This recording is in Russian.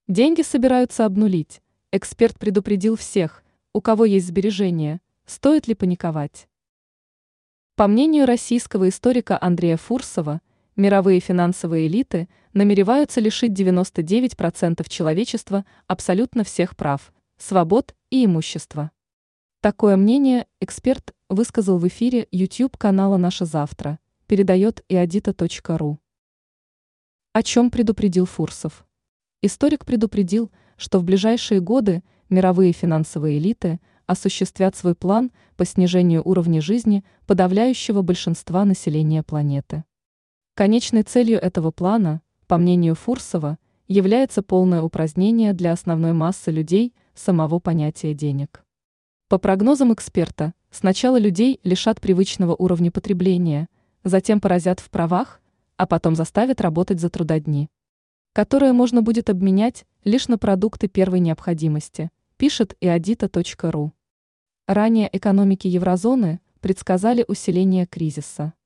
Деньги собираются обнулить. Эксперт предупредил всех, у кого есть сбережения, стоит ли паниковать. По мнению российского историка Андрея Фурсова, мировые финансовые элиты намереваются лишить 99% человечества абсолютно всех прав, свобод и имущества. Такое мнение эксперт высказал в эфире YouTube-канала «Наше завтра», передает iadita.ru. О чем предупредил Фурсов? Историк предупредил, что в ближайшие годы мировые финансовые элиты осуществят свой план по снижению уровня жизни подавляющего большинства населения планеты. Конечной целью этого плана, по мнению Фурсова, является полное упразднение для основной массы людей самого понятия денег. По прогнозам эксперта, сначала людей лишат привычного уровня потребления, затем поразят в правах, а потом заставят работать за трудодни, которые можно будет обменять лишь на продукты первой необходимости, пишет iadita.ru. Ранее экономики еврозоны предсказали усиление кризиса.